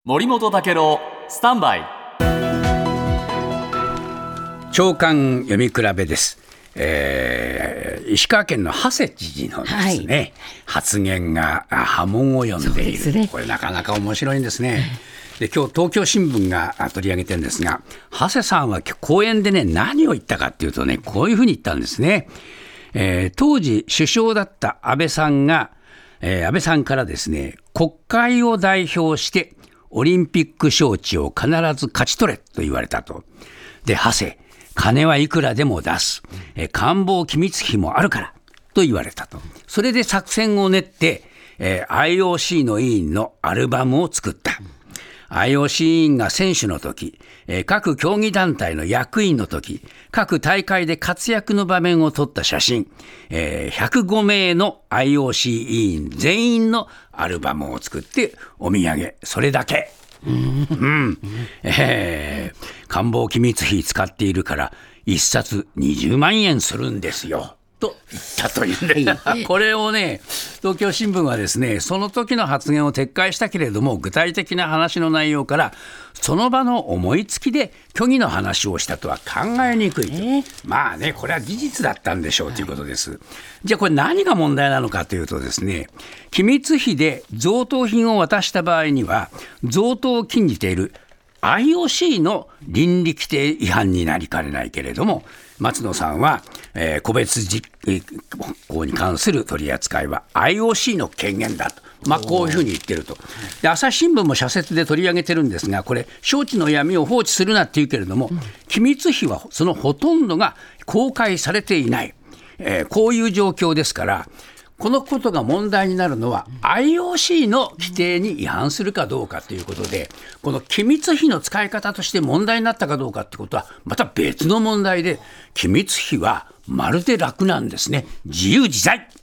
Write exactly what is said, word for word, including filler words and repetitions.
森本武郎スタンバイ長官読み比べです、えー、石川県の馳知事のですね、はい、発言が波紋を呼んでいる、ね、これなかなか面白いんですね。で今日東京新聞が取り上げてるんですが、馳さんは講演でね何を言ったかっていうとね、こういうふうに言ったんですね。えー、当時首相だった安倍さんが、えー、安倍さんからですね、国会を代表してオリンピック招致を必ず勝ち取れと言われたと。で、馳、金はいくらでも出す、え官房機密費もあるからと言われたと。それで作戦を練って、えー、アイオーシー の委員のアルバムを作った。アイオーシー 委員が選手の時、えー、各競技団体の役員の時、各大会で活躍の場面を撮った写真、えー、ひゃくごめいの アイオーシー 委員全員のアルバムを作ってお土産、それだけ。うん、えー、官房機密費使っているから一冊にじゅうまんえんするんですよと言ったというんで、これをね東京新聞はですね、その時の発言を撤回したけれども、具体的な話の内容からその場の思いつきで虚偽の話をしたとは考えにくいと、えー、まあねこれは事実だったんでしょうということです、はい、じゃあこれ何が問題なのかというとですね、機密費で贈答品を渡した場合には贈答を禁じている アイオーシー の倫理規定違反になりかねないけれども、松野さんは、えー、個別実行に関する取り扱いは アイオーシー の権限だと、まあ、こういうふうに言ってると。で朝日新聞も社説で取り上げてるんですが、これ招致の闇を放置するなって言うけれども、機密費はそのほとんどが公開されていない、えー、こういう状況ですから、このことが問題になるのは アイオーシー の規定に違反するかどうかということで、この機密費の使い方として問題になったかどうかってことはまた別の問題で、機密費はまるで楽なんですね。自由自在。